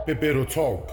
Pepero Talk.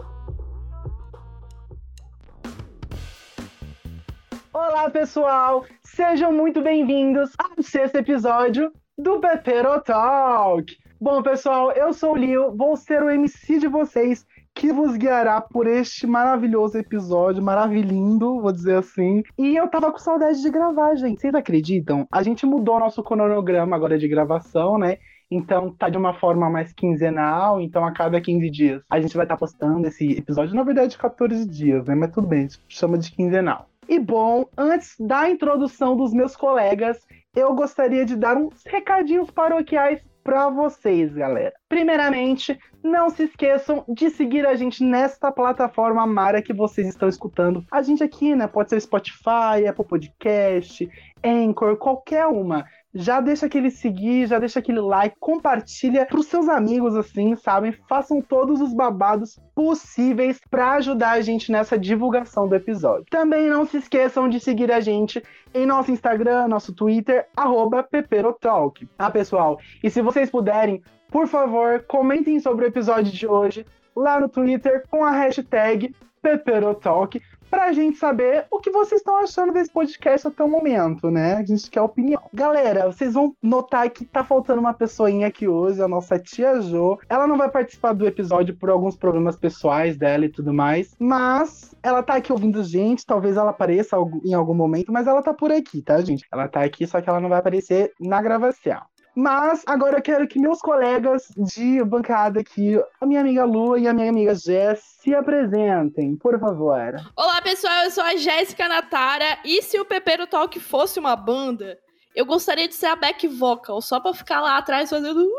Olá, pessoal! Sejam muito bem-vindos ao 6º episódio do Pepero Talk. Bom, pessoal, eu sou o Lio, vou ser o MC de vocês que vos guiará por este maravilhoso episódio, maravilhindo, vou dizer assim. E eu tava com saudade de gravar, gente. Vocês acreditam? A gente mudou nosso cronograma agora de gravação, né? Então tá de uma forma mais quinzenal, então a cada 15 dias a gente vai estar postando esse episódio, na verdade 14 dias, né? Mas tudo bem, a gente chama de quinzenal. E bom, antes da introdução dos meus colegas, eu gostaria de dar uns recadinhos paroquiais para vocês, galera. Primeiramente, não se esqueçam de seguir a gente nesta plataforma mara que vocês estão escutando. A gente aqui, né? Pode ser Spotify, Apple Podcast, Anchor, qualquer uma. Já deixa aquele seguir, já deixa aquele like, compartilha pros seus amigos, assim, sabem? Façam todos os babados possíveis para ajudar a gente nessa divulgação do episódio. Também não se esqueçam de seguir a gente em nosso Instagram, nosso Twitter, @peperotalk. Ah, pessoal, e se vocês puderem, por favor, comentem sobre o episódio de hoje lá no Twitter com a hashtag Peperotalk, pra gente saber o que vocês estão achando desse podcast até o momento, né? A gente quer opinião. Galera, vocês vão notar que tá faltando uma pessoinha aqui hoje, a nossa tia Jo. Ela não vai participar do episódio por alguns problemas pessoais dela e tudo mais, mas ela tá aqui ouvindo gente, talvez ela apareça em algum momento, mas ela tá por aqui, tá, gente? Ela tá aqui, só que ela não vai aparecer na gravação. Mas agora eu quero que meus colegas de bancada aqui, a minha amiga Lu e a minha amiga Jess, se apresentem, por favor. Olá, pessoal, eu sou a Jéssica Natara, e se o Pepero Talk fosse uma banda, eu gostaria de ser a back vocal, só pra ficar lá atrás fazendo...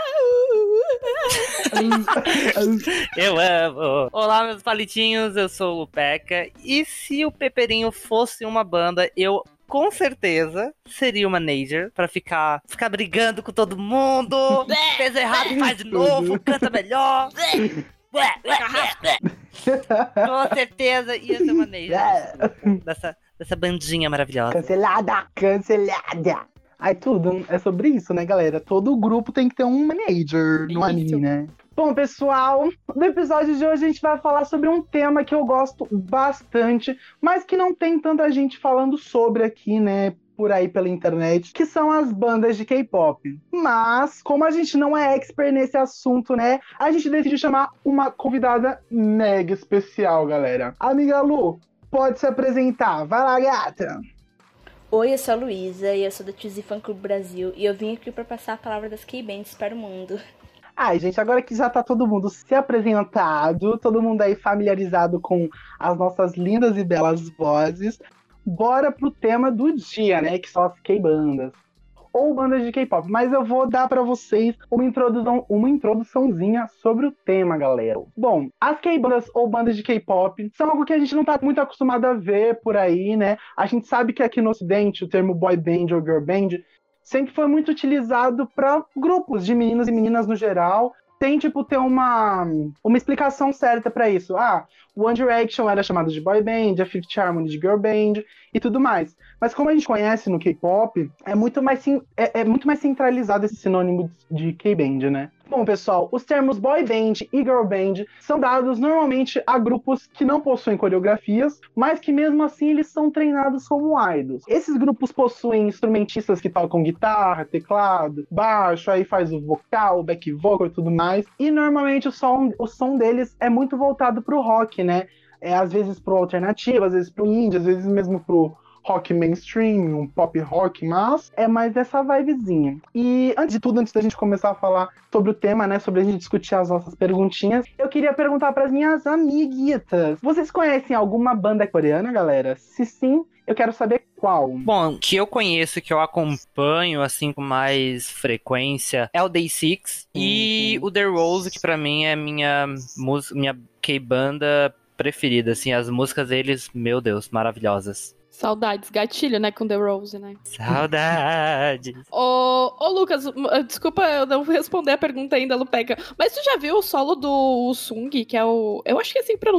Eu amo! Olá, meus palitinhos, eu sou o Peca, e se o Peperinho fosse uma banda, eu... com certeza seria uma Najer pra ficar brigando com todo mundo. Fez errado, faz de novo, canta melhor. Com certeza ia ser uma Najer dessa bandinha maravilhosa. Cancelada! Ai, tudo é sobre isso, né, galera? Todo grupo tem que ter um manager no anime, né? Bom, pessoal, no episódio de hoje a gente vai falar sobre um tema que eu gosto bastante, mas que não tem tanta gente falando sobre aqui, né, por aí pela internet, que são as bandas de K-pop. Mas, como a gente não é expert nesse assunto, né, a gente decidiu chamar uma convidada mega especial, galera. Amiga Lu, pode se apresentar. Vai lá, gata! Oi, eu sou a Luísa e eu sou da Twizy Fan Club Brasil e eu vim aqui pra passar a palavra das K-Bands para o mundo. Ai, gente, agora que já tá todo mundo se apresentado, todo mundo aí familiarizado com as nossas lindas e belas vozes, bora pro tema do dia, né, que são as K-bandas. Ou bandas de K-pop, mas eu vou dar pra vocês uma introduçãozinha sobre o tema, galera. Bom, as K-bandas ou bandas de K-pop são algo que a gente não tá muito acostumado a ver por aí, né? A gente sabe que aqui no Ocidente o termo boy band ou girl band sempre foi muito utilizado para grupos de meninos e meninas no geral, sem, tipo, ter uma explicação certa para isso. Ah, o One Direction era chamado de boy band, a Fifth Harmony de girl band e tudo mais. Mas como a gente conhece no K-pop, é muito mais centralizado esse sinônimo de K-band, né? Bom, pessoal, os termos boy band e girl band são dados normalmente a grupos que não possuem coreografias, mas que mesmo assim eles são treinados como idols. Esses grupos possuem instrumentistas que tocam guitarra, teclado, baixo, aí faz o vocal, o back vocal e tudo mais. E normalmente o som deles é muito voltado pro rock, né? Às vezes pro alternativo, às vezes pro indie, às vezes mesmo pro rock mainstream, um pop rock, mas é mais dessa vibezinha. E antes de tudo, antes da gente começar a falar sobre o tema, né, sobre a gente discutir as nossas perguntinhas, eu queria perguntar para as minhas amiguitas. Vocês conhecem alguma banda coreana, galera? Se sim, eu quero saber qual. Bom, que eu conheço, que eu acompanho, assim, com mais frequência, é o Day6 e o The Rose, que pra mim é minha K-banda preferida, assim, as músicas deles, meu Deus, maravilhosas. Saudades, gatilho, né, com The Rose, né? Saudades. Ô, Lucas, desculpa eu não responder a pergunta ainda, Lupeca, mas tu já viu o solo do Sung, que é o... Eu acho que é assim que pronuncia.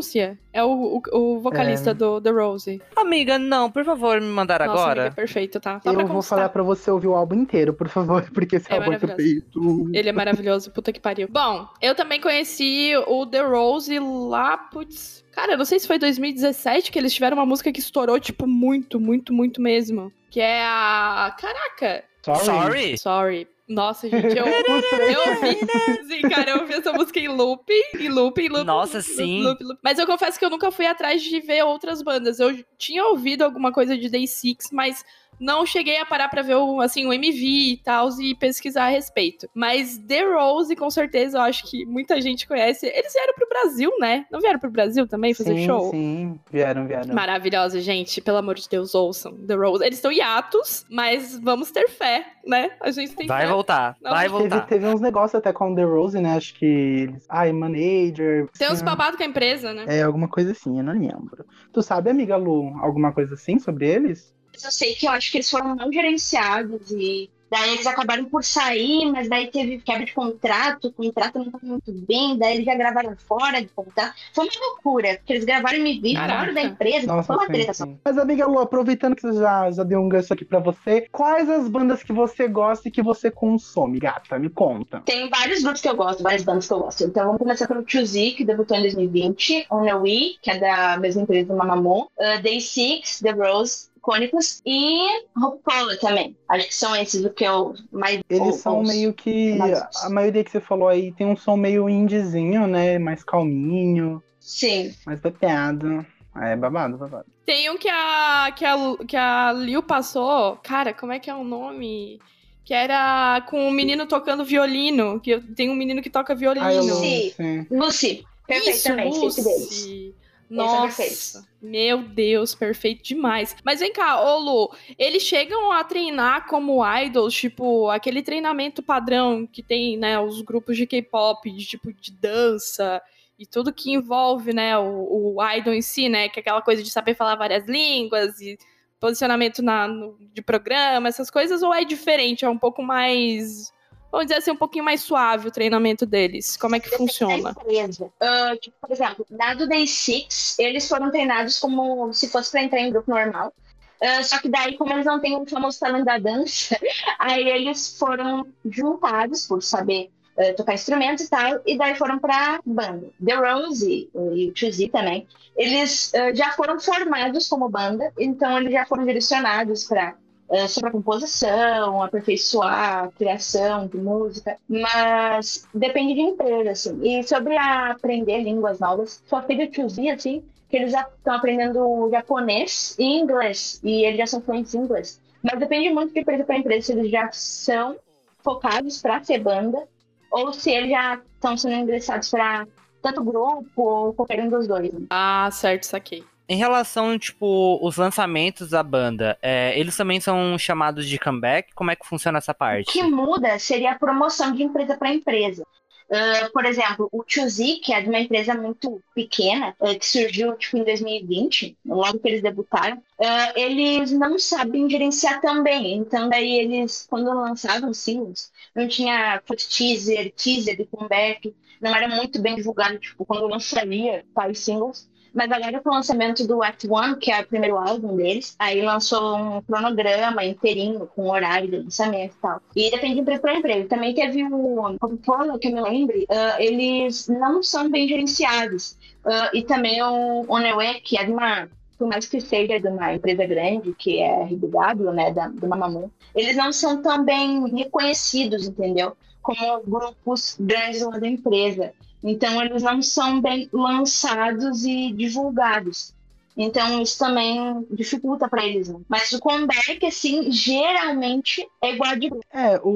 É o vocalista do The Rose. Amiga, não, por favor, me mandar Nossa, agora. amiga, perfeito, tá? Só Eu pra vou constar. falar pra você ouvir o álbum inteiro, por favor, porque esse É álbum é maravilhoso. perfeito. Ele é maravilhoso, puta que pariu. Bom, eu também conheci o The Rose lá, putz... Cara, eu não sei se foi 2017 que eles tiveram uma música que estourou, tipo, muito, muito, muito mesmo. Que é a... Caraca! Sorry? Sorry. Nossa, gente, eu ouvi... Sim, cara, eu ouvi essa música em loop. Nossa, loop, sim. loop. Mas eu confesso que eu nunca fui atrás de ver outras bandas. Eu tinha ouvido alguma coisa de Day Six, mas não cheguei a parar pra ver o MV e tal, e pesquisar a respeito. Mas The Rose, com certeza, eu acho que muita gente conhece. Eles vieram pro Brasil, né? Não vieram pro Brasil também fazer show? Sim, vieram. Maravilhosa, gente. Pelo amor de Deus, ouçam The Rose. Eles estão hiatos, mas vamos ter fé, né? A gente tem Vai fé. voltar, Não, vai voltar. Teve uns negócios até com The Rose, né? Acho que eles... Manager... Tem uns babados com a empresa, né? É, alguma coisa assim, eu não lembro. Tu sabe, amiga Lu, alguma coisa assim sobre eles? Eu sei que eu acho que eles foram não gerenciados e daí eles acabaram por sair, mas daí teve quebra de contrato, o contrato não estava muito bem, daí eles já gravaram fora de contrato. Foi uma loucura, porque eles gravaram MV fora da empresa, Nossa, foi uma sim, treta só. sim. Mas, amiga Lu, aproveitando que você já deu um gancho aqui pra você, quais as bandas que você gosta e que você consome, gata? Me conta. Tem vários grupos que eu gosto, várias bandas que eu gosto. Então vamos começar pelo Choosy, que debutou em 2020, On The We, que é da mesma empresa do Mamamoo, Day Six, The Rose, Icônicos e Hopecola também. Acho que são esses o que eu mais Eles são meio que... A maioria que você falou aí tem um som meio indiezinho, né? Mais calminho. Sim. Mais pepeado. É babado. Tem um que a Liu passou. Cara, como é que é o nome? Que era com um menino tocando violino. Que tem um menino que toca violino. Lucy. Perfeitamente. Isso, Lucy. Nossa, meu Deus, perfeito demais. Mas vem cá, ô Lu, eles chegam a treinar como idols, tipo, aquele treinamento padrão que tem, né, os grupos de K-pop, de dança e tudo que envolve, né, o idol em si, né, que é aquela coisa de saber falar várias línguas e posicionamento de programa, essas coisas, ou é diferente, é um pouco mais... Vamos dizer assim, um pouquinho mais suave o treinamento deles. Como é que funciona? Tipo, por exemplo, na do Day Six, eles foram treinados como se fosse para entrar em grupo normal. Só que daí, como eles não têm o famoso talento da dança, aí eles foram juntados por saber tocar instrumentos e tal, e daí foram pra banda. The Rose e o Choosy também, eles já foram formados como banda, então eles já foram direcionados sobre a composição, aperfeiçoar a criação de música, mas depende de empresa, assim. E sobre aprender línguas novas, só fez o Choosy, assim, que eles já estão aprendendo japonês e inglês, e eles já são fluentes em inglês. Mas depende muito de empresa para empresa, se eles já são focados para ser banda, ou se eles já estão sendo ingressados para tanto grupo ou qualquer um dos dois. Né? Ah, certo, saquei. Em relação, tipo, os lançamentos da banda, eles também são chamados de comeback? Como é que funciona essa parte? O que muda seria a promoção de empresa para empresa. Por exemplo, o Choosy, que é de uma empresa muito pequena, que surgiu tipo, em 2020, logo que eles debutaram, eles não sabem gerenciar também. Então, daí eles, quando lançavam singles, não tinha teaser de comeback, não era muito bem divulgado, tipo, quando lançaria tais singles. Mas agora com o lançamento do Act One, que é o primeiro álbum deles, aí lançou um cronograma inteirinho, com horário de lançamento e tal. E depende de emprego para emprego. Também teve o Coca-Cola, que eu me lembre, eles não são bem gerenciados. E também o Onewe, que é de uma... Por mais que seja de uma empresa grande, que é a RBW, né, do Mamamoo, eles não são tão bem reconhecidos, entendeu? Como grupos grandes lá da empresa. Então, eles não são bem lançados e divulgados. Então, isso também dificulta para eles. Né? Mas o comeback, assim, geralmente é igual de grupo.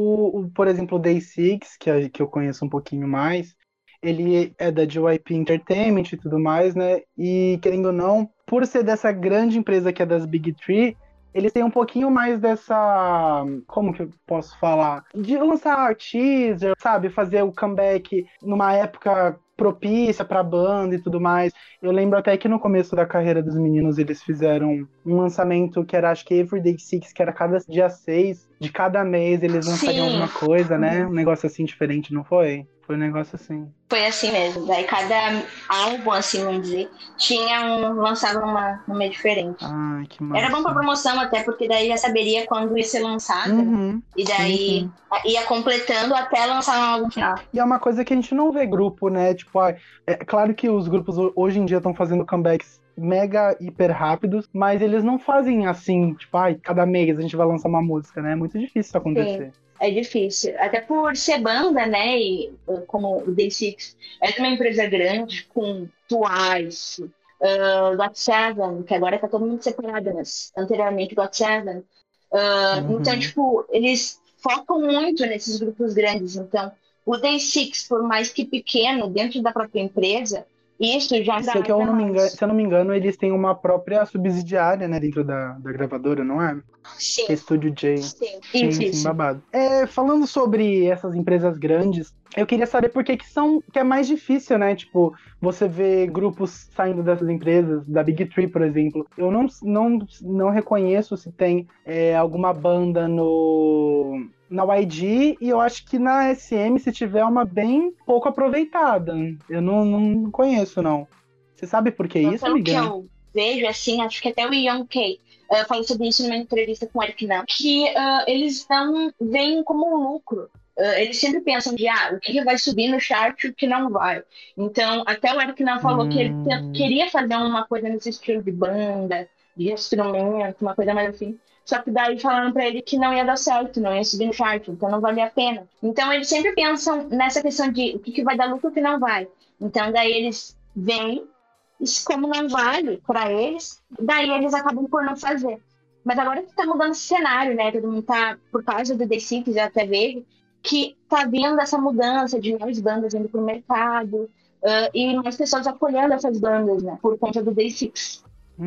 Por exemplo, o Day Six, que eu conheço um pouquinho mais, ele é da JYP Entertainment e tudo mais, né? E, querendo ou não, por ser dessa grande empresa que é das Big Three, eles têm um pouquinho mais dessa... Como que eu posso falar? De lançar teaser, sabe? Fazer o comeback numa época propícia pra banda e tudo mais. Eu lembro até que no começo da carreira dos meninos, eles fizeram um lançamento que era, acho que Everyday Six, que era cada dia 6, de cada mês eles lançariam alguma coisa, né? Um negócio assim diferente, não foi? Foi um negócio assim. Foi assim mesmo. Daí cada álbum, assim, vamos dizer, lançava numa diferente. Ai, que massa. Era bom pra promoção até, porque daí já saberia quando ia ser lançado. Uhum. E daí ia completando até lançar um álbum final. E é uma coisa que a gente não vê grupo, né? Tipo, é claro que os grupos hoje em dia estão fazendo comebacks mega, hiper rápidos, mas eles não fazem assim, tipo, cada mês a gente vai lançar uma música, né? É muito difícil isso acontecer. Sim. É difícil, até por ser banda, né, e como o Day6 é uma empresa grande, com Twice, GOT7, que agora tá todo mundo separado, mas anteriormente GOT7. Então, tipo, eles focam muito nesses grupos grandes. Então, o Day6, por mais que pequeno, dentro da própria empresa, isso já dá. Se eu não me engano, eles têm uma própria subsidiária, né, dentro da gravadora, não é? Sim. Que é Studio J. Sim, babado. Falando sobre essas empresas grandes, eu queria saber por que é mais difícil, né? Tipo, você vê grupos saindo dessas empresas, da Big Three, por exemplo. Eu não reconheço se tem alguma banda na YG, e eu acho que na SM, se tiver, uma bem pouco aproveitada. Eu não conheço, não. Você sabe por que isso, amiga? Que eu vejo, assim, acho que até o Young K falou sobre isso numa entrevista com o Eric Nam, que eles não veem como lucro. Eles sempre pensam de o que vai subir no chart e o que não vai. Então, até o Eric Nam falou que ele queria fazer uma coisa nesse estilo de banda, de instrumento, uma coisa mais assim. Só que daí falaram pra ele que não ia dar certo, não ia subir no chart, então não valia a pena. Então eles sempre pensam nessa questão de o que vai dar lucro e o que não vai. Então daí eles vêm, e como não vale pra eles, daí eles acabam por não fazer. Mas agora que tá mudando esse cenário, né? Todo mundo tá, por causa do Day6, eu até vejo, que tá vindo essa mudança de mais bandas indo pro mercado, e mais pessoas apoiando essas bandas, né? Por conta do Day6.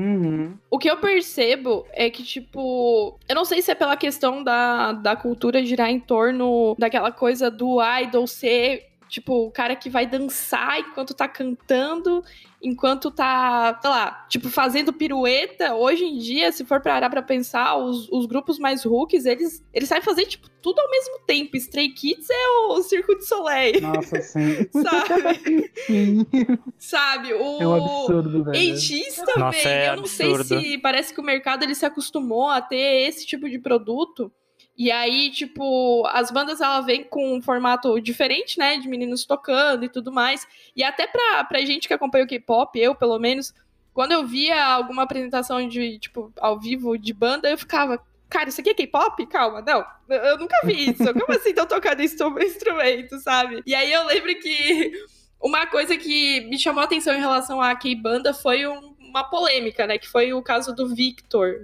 O que eu percebo é que, tipo, eu não sei se é pela questão da cultura girar em torno daquela coisa do idol ser, tipo, o cara que vai dançar enquanto tá cantando, enquanto tá, sei lá, tipo, fazendo pirueta. Hoje em dia, se for parar pra pensar, os grupos mais rookies, eles saem fazer, tipo, tudo ao mesmo tempo. Stray Kids é o Circo de Soleil. Nossa, sim. Sabe? Sim. Sabe? É um absurdo, velho. AGs também. Nossa, eu não sei se parece que o mercado ele se acostumou a ter esse tipo de produto. E aí, tipo, as bandas, ela vem com um formato diferente, né? De meninos tocando e tudo mais. E até pra gente que acompanha o K-pop, eu, pelo menos, quando eu via alguma apresentação de, tipo, ao vivo de banda, eu ficava, cara, isso aqui é K-pop? Calma, não. Eu nunca vi isso. Como assim estão tocando instrumento, sabe? E aí eu lembro que uma coisa que me chamou a atenção em relação à K-banda foi uma polêmica, né? Que foi o caso do Vitor,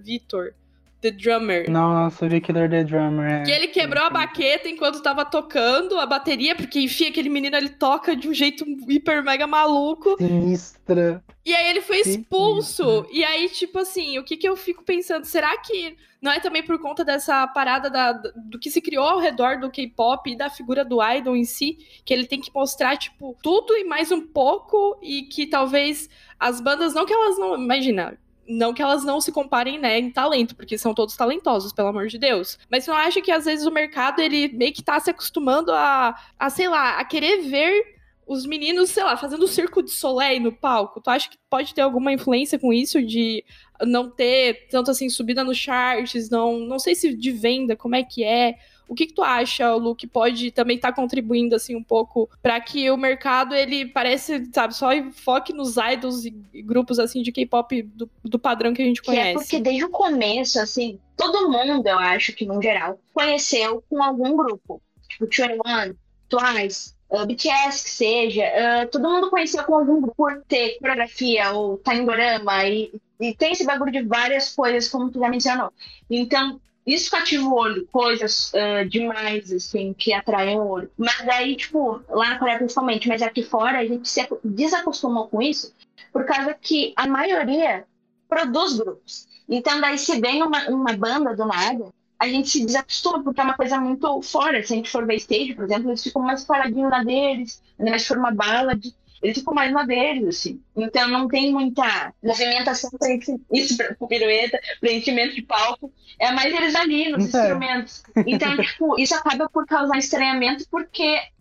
The Drummer. Nossa, Victor The Drummer. Que ele quebrou a baqueta enquanto tava tocando a bateria, porque, enfim, aquele menino, ele toca de um jeito hiper mega maluco. Sinistra. E aí ele foi expulso. E aí, tipo assim, o que eu fico pensando? Será que não é também por conta dessa parada do que se criou ao redor do K-pop e da figura do idol em si, que ele tem que mostrar, tipo, tudo e mais um pouco, e que talvez as bandas, não que elas não... Imagina... Não que elas não se comparem, né, em talento, porque são todos talentosos, pelo amor de Deus. Mas eu acho que, às vezes, o mercado, ele meio que tá se acostumando a sei lá, a querer ver os meninos, sei lá, fazendo o Circo de Soleil no palco. Tu acha que pode ter alguma influência com isso, de não ter tanto, assim, subida nos charts, não sei se de venda, como é que é? O que tu acha, Lu, que pode também estar contribuindo, assim, um pouco para que o mercado, ele parece, sabe, só foque nos idols e grupos, assim, de K-pop do padrão que a gente conhece? É porque desde o começo, assim, todo mundo, eu acho que, no geral, conheceu com algum grupo. Tipo, 2NE1, Twice, BTS, que seja. Todo mundo conheceu com algum grupo por ter coreografia ou Timegorama e tem esse bagulho de várias coisas, como tu já mencionou. Então, isso cativa o olho, coisas demais, assim, que atraem o olho. Mas daí, tipo, lá na Coreia principalmente, mas aqui fora, a gente se desacostumou com isso, por causa que a maioria produz grupos. Então, daí, se vem uma banda do nada, a gente se desacostuma, porque é uma coisa muito fora. Se a gente for ver stage, por exemplo, eles ficam mais paradinhos na deles, ainda mais se for uma ballad, eles ficam mais na deles, assim. Então não tem muita movimentação para isso, para pirueta, preenchimento de palco. É mais eles ali nos instrumentos. Então, tipo, isso acaba por causar estranhamento, porque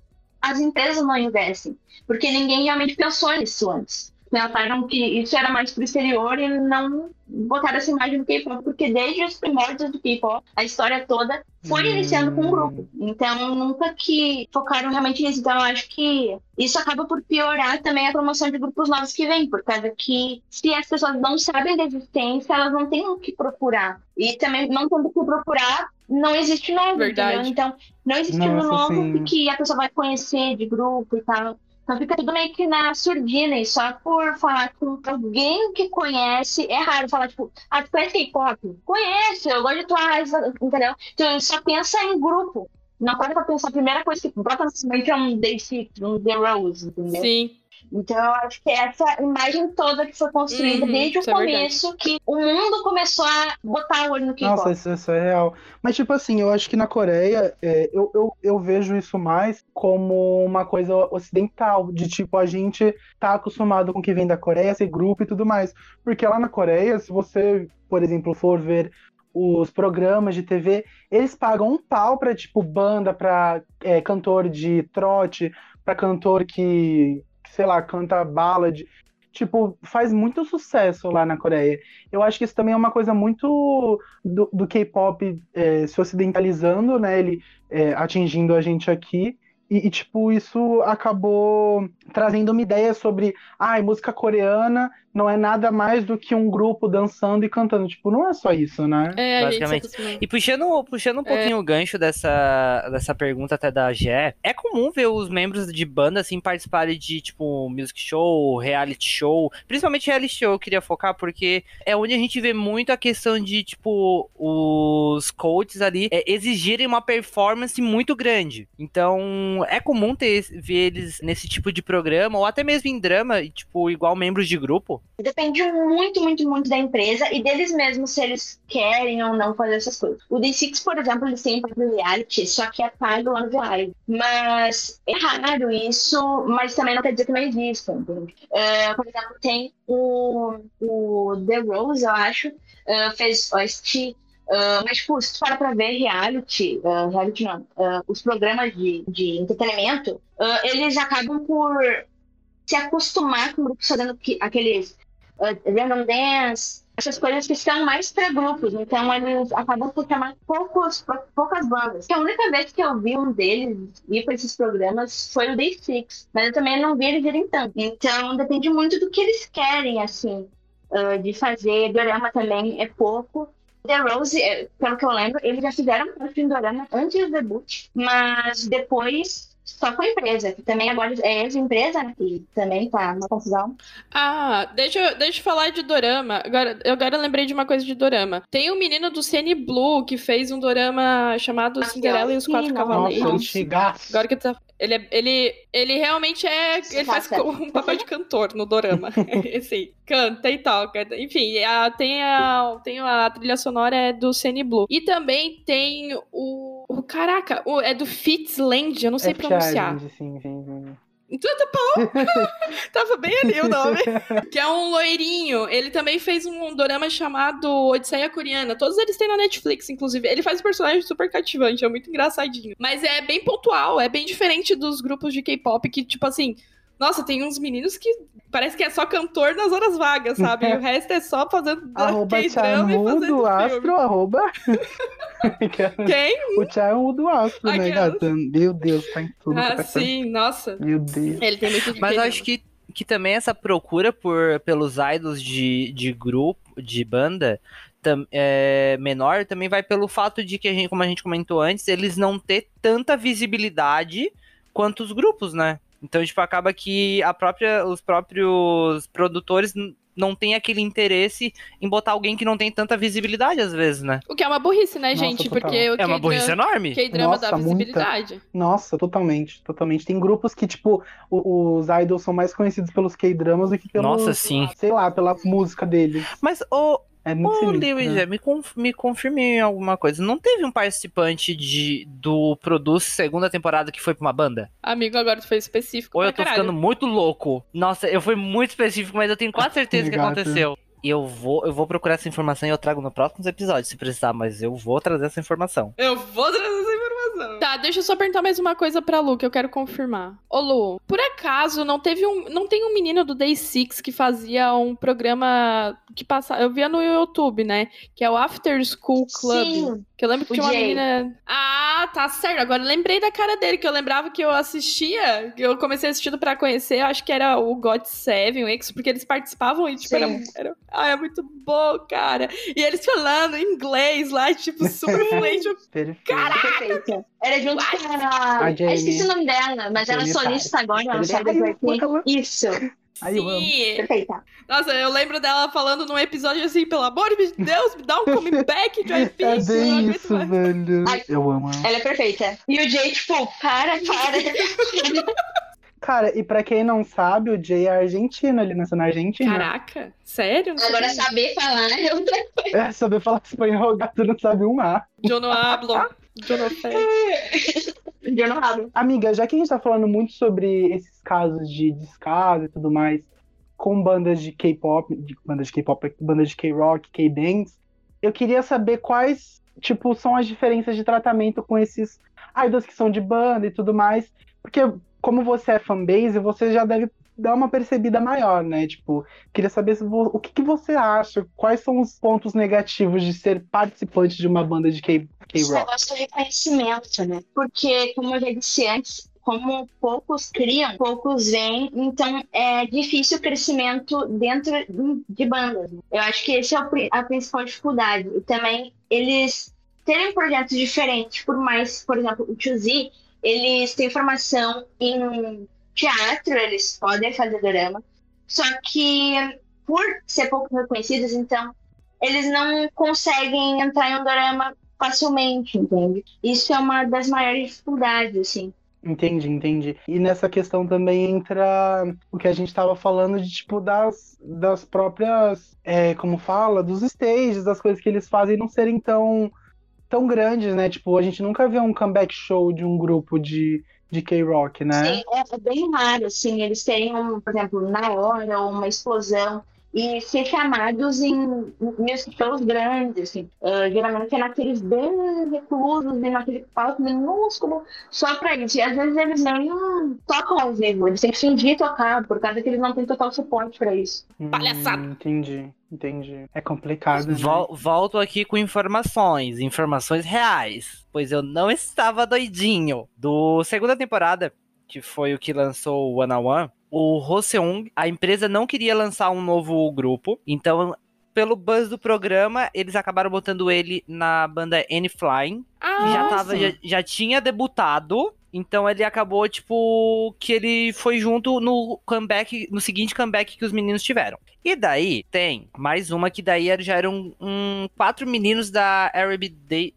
as empresas não investem, porque ninguém realmente pensou nisso antes. Pensaram que isso era mais pro exterior e não botaram essa imagem do K-pop, porque desde os primórdios do K-pop, a história toda foi iniciando com um grupo. Então, nunca que focaram realmente nisso. Então, eu acho que isso acaba por piorar também a promoção de grupos novos que vêm, por causa que se as pessoas não sabem da existência, elas não têm o que procurar. E também não tendo o que procurar, não existe novo, Verdade. entendeu? Então, não existe novo que a pessoa vai conhecer de grupo e tal. Então fica tudo meio que na surdina, e só por falar com alguém que conhece, é raro falar, tipo, tu conhece K-pop? Conheço, eu gosto de Twice, entendeu? Então só pensa em grupo. Não para pra pensar, a primeira coisa que brota na sua mente é um Day6, um The Rose, entendeu? Sim. Então eu acho que essa imagem toda que foi construída desde o começo, que o mundo começou a botar o olho no K-pop. Nossa, isso é real. Mas, tipo assim, eu acho que na Coreia, eu vejo isso mais como uma coisa ocidental, de tipo, a gente tá acostumado com o que vem da Coreia, ser grupo e tudo mais. Porque lá na Coreia, se você, por exemplo, for ver os programas de TV, eles pagam um pau pra, tipo, banda, pra cantor de trote, pra cantor que sei lá, canta ballad, tipo, faz muito sucesso lá na Coreia. Eu acho que isso também é uma coisa muito do K-pop se ocidentalizando, né, ele atingindo a gente aqui, e, tipo, isso acabou trazendo uma ideia sobre, música coreana não é nada mais do que um grupo dançando e cantando. Tipo, não é só isso, né? Basicamente. E puxando um pouquinho o gancho dessa pergunta até da Gé, é comum ver os membros de banda, assim, participarem de, tipo, music show, reality show, principalmente reality show eu queria focar, porque é onde a gente vê muito a questão de, tipo, os coaches ali exigirem uma performance muito grande. Então, é comum ver eles nesse tipo de programa, ou até mesmo em drama, tipo, igual membros de grupo. Depende muito, muito, muito da empresa e deles mesmos, se eles querem ou não fazer essas coisas. O Day6, por exemplo, eles têm próprio reality, só que é pago lá no live. Mas é raro isso, mas também não quer dizer que não exista, entende? Por exemplo, tem o The Rose, eu acho, fez OST. Mas, tipo, se tu para ver reality não, os programas de entretenimento, eles acabam por se acostumar com grupos fazendo aqueles random dance, essas coisas que são mais para grupos, então eles acabam por chamar poucas bandas. A única vez que eu vi um deles ir para esses programas foi o Day6, mas eu também não vi eles irem tanto. Então depende muito do que eles querem, assim, de fazer. Dorama também é pouco. The Rose, pelo que eu lembro, eles já fizeram parte do dorama antes do debut, mas depois só com a empresa, que também agora é ex-empresa, né, que também tá na confusão. Deixa eu falar de dorama. Agora eu lembrei de uma coisa de dorama. Tem um menino do CN Blue que fez um dorama chamado Cinderela e os Quatro Cavaleiros. Nossa, antigaço. Agora que tá... Ele realmente ele faz um papel de cantor no dorama. Assim, canta e toca. Enfim, tem a trilha sonora do CN Blue. E também tem caraca, é do Fitzland, eu não sei pronunciar. Sim. Tava bem ali o nome. Que é um loirinho. Ele também fez um dorama chamado Odisseia Coreana. Todos eles têm na Netflix, inclusive. Ele faz um personagem super cativante, é muito engraçadinho. Mas é bem pontual, é bem diferente dos grupos de K-pop que, tipo assim... Nossa, tem uns meninos que parece que é só cantor nas horas vagas, sabe? E o resto é só fazendo K-drama e fazendo Astro, Quem? O Charm do Astro, né, gata? Meu Deus, tá em tudo. Sim, nossa. Meu Deus. Ele tem muito de Mas eu acho que também essa procura pelos idols de grupo, de banda... menor, também vai pelo fato de que, como a gente comentou antes, eles não ter tanta visibilidade quanto os grupos, né? Então, tipo, acaba que os próprios produtores não têm aquele interesse em botar alguém que não tem tanta visibilidade, às vezes, né? O que é uma burrice, né, Nossa, gente? total. Porque é uma burrice enorme. K-drama dá visibilidade. Nossa, totalmente. Tem grupos que, tipo, os idols são mais conhecidos pelos K-dramas do que pelos... Nossa, sim. Sei lá, pela música deles. Mas, Lewis, me confirme alguma coisa. Não teve um participante do Produce segunda temporada que foi pra uma banda? Amigo, agora tu foi específico. Ou eu tô ficando muito louco? Nossa, eu fui muito específico, mas eu tenho quase certeza que aconteceu. E eu vou procurar essa informação e eu trago no próximo episódio, se precisar, mas eu vou trazer essa informação. Nossa. Tá, deixa eu só perguntar mais uma coisa pra Lu, que eu quero confirmar. Ô, Lu, por acaso não tem um menino do Day Six que fazia um programa que passava... Eu via no YouTube, né? Que é o After School Club. Sim. Que eu lembro que tinha uma menina... Ah, tá certo. Agora eu lembrei da cara dele, que eu lembrava que eu assistia, que eu comecei assistindo pra conhecer, eu acho que era o God Seven, o X, porque eles participavam e, tipo, era... Ah, é muito bom, cara. E eles falando inglês lá, tipo, super fluente. Caraca! Era junto com a... Eu esqueci o nome dela, mas ela é solista agora, ela sai da Blackpink. Isso. Aí eu amo. Perfeita. Nossa, eu lembro dela falando num episódio assim, pelo amor de Deus, me dá um comeback de Blackpink. É bem isso, velho. Ai, eu amo. Ela é perfeita. E o Jay, tipo, para. Cara, e pra quem não sabe, o Jay é argentino, ele nasceu na Argentina. Caraca, sério? Agora saber falar é outra coisa. É, saber falar espanhol, gato não sabe um A. Eu não hablo. Eu não sei. Eu não hablo. Amiga, já que a gente tá falando muito sobre esses casos de descaso e tudo mais, com bandas de K-pop, bandas de K-rock, K-bands, eu queria saber quais, tipo, são as diferenças de tratamento com esses idols que são de banda e tudo mais, porque como você é fanbase, você já deve dar uma percebida maior, né? Tipo, queria saber o que você acha, quais são os pontos negativos de ser participante de uma banda de K-rock. Esse negócio do reconhecimento, né? Porque, como eu já disse antes, como poucos criam, poucos vêm, então é difícil o crescimento dentro de bandas. Eu acho que esse é a principal dificuldade. E também eles terem projetos diferentes, por mais, por exemplo, o 2Z, eles têm formação em teatro, eles podem fazer dorama, só que por ser pouco reconhecidos, então eles não conseguem entrar em um dorama facilmente, entende? Isso é uma das maiores dificuldades, assim. Entendi. E nessa questão também entra o que a gente estava falando de, tipo, das próprias, como fala, dos stages, das coisas que eles fazem não serem tão grandes, né? Tipo, a gente nunca vê um comeback show de um grupo de K-rock, né? Sim, é bem raro, assim, eles terem, por exemplo, na hora, uma explosão, e ser chamados em music shows grandes, assim. Geralmente é naqueles bem reclusos, naquele palco minúsculo, só pra isso. E às vezes eles nem tocam ao vivo, eles têm que fingir tocar, por causa que eles não têm total suporte pra isso. Palhaçada! Entendi. É complicado, né? Volto aqui com informações reais, pois eu não estava doidinho. Do segunda temporada, que foi o que lançou o One on One, o Roseung, a empresa não queria lançar um novo grupo, então, pelo buzz do programa, eles acabaram botando ele na banda N-Flying, que já tinha debutado, então ele acabou, tipo, que ele foi junto no seguinte comeback que os meninos tiveram. E daí, tem mais uma que daí já eram 4 meninos da RBW.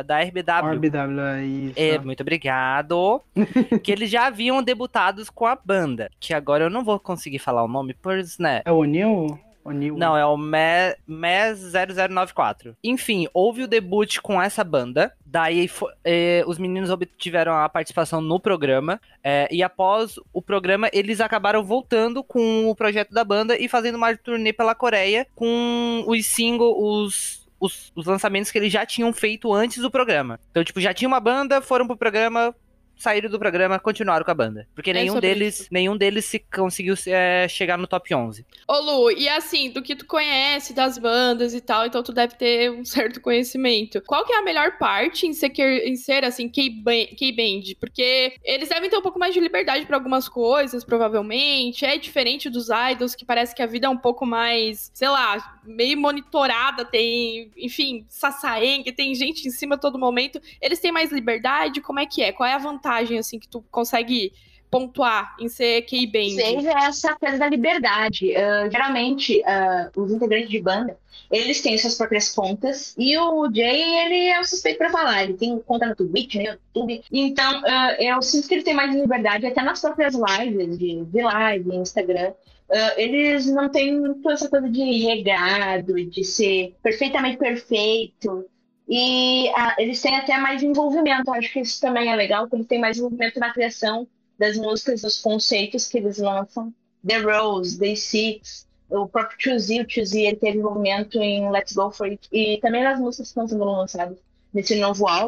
Isso. Muito obrigado. Que eles já haviam debutados com a banda. Que agora eu não vou conseguir falar o nome, pois, né? É o O'Neill? Não, é o MES 0094. Enfim, houve o debut com essa banda. Daí os meninos obtiveram a participação no programa. E após o programa, eles acabaram voltando com o projeto da banda e fazendo uma turnê pela Coreia com os singles, os lançamentos que eles já tinham feito antes do programa. Então, tipo, já tinha uma banda, foram pro programa, saíram do programa, continuaram com a banda. Porque nenhum deles se conseguiu chegar no top 11. Ô Lu, e assim, do que tu conhece das bandas e tal, então tu deve ter um certo conhecimento. Qual que é a melhor parte em ser assim, K-Band? Porque eles devem ter um pouco mais de liberdade pra algumas coisas, provavelmente. É diferente dos idols, que parece que a vida é um pouco mais, sei lá, meio monitorada, tem, enfim, sasaeng, tem gente em cima a todo momento. Eles têm mais liberdade? Como é que é? Qual é a vantagem, assim, que tu consegue pontuar em ser K-Band? Seja essa coisa da liberdade. Geralmente, os integrantes de banda, eles têm suas próprias contas, e o Jay, ele é o suspeito pra falar. Ele tem conta no Twitch, no YouTube. Então, eu sinto que ele tem mais liberdade, até nas próprias lives, de live, Instagram. Eles não têm toda essa coisa de regrado, de ser perfeitamente perfeito. E eles têm até mais envolvimento. Acho que isso também é legal, porque eles têm mais envolvimento na criação das músicas, dos conceitos que eles lançam. The Rose, Day Six, o próprio 2Z. O 2Z, ele teve envolvimento em Let's Go For It. E também nas músicas que estão sendo lançadas nesse novo álbum.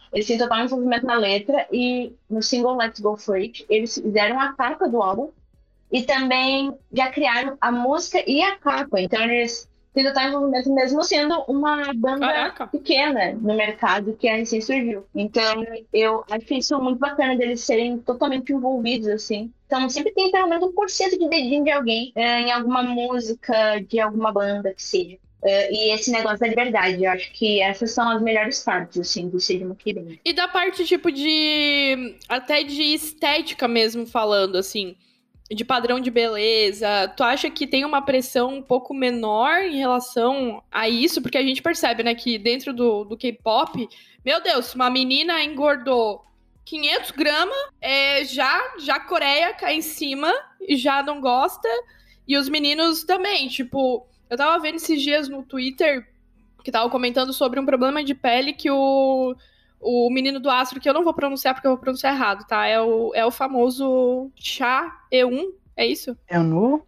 Eles têm total envolvimento na letra e no single Let's Go For It, eles fizeram a capa do álbum e também já criaram a música e a capa. Então eles têm total envolvimento mesmo sendo uma banda pequena no mercado que recém surgiu. Então eu acho isso muito bacana deles serem totalmente envolvidos, assim. Então sempre tem pelo menos 1% de dedinho de alguém em alguma música, de alguma banda que seja. E esse negócio da liberdade, eu acho que essas são as melhores partes, assim, do Sage McKibbin. E da parte, tipo, até de estética mesmo falando, assim, de padrão de beleza, tu acha que tem uma pressão um pouco menor em relação a isso? Porque a gente percebe, né, que dentro do K-pop, meu Deus, se uma menina engordou 500 gramas, já a Coreia cai em cima e já não gosta, e os meninos também, tipo... Eu tava vendo esses dias no Twitter que tava comentando sobre um problema de pele que o menino do Astro, que eu não vou pronunciar porque eu vou pronunciar errado, tá? É o famoso Cha Eun, é isso? É o Nu,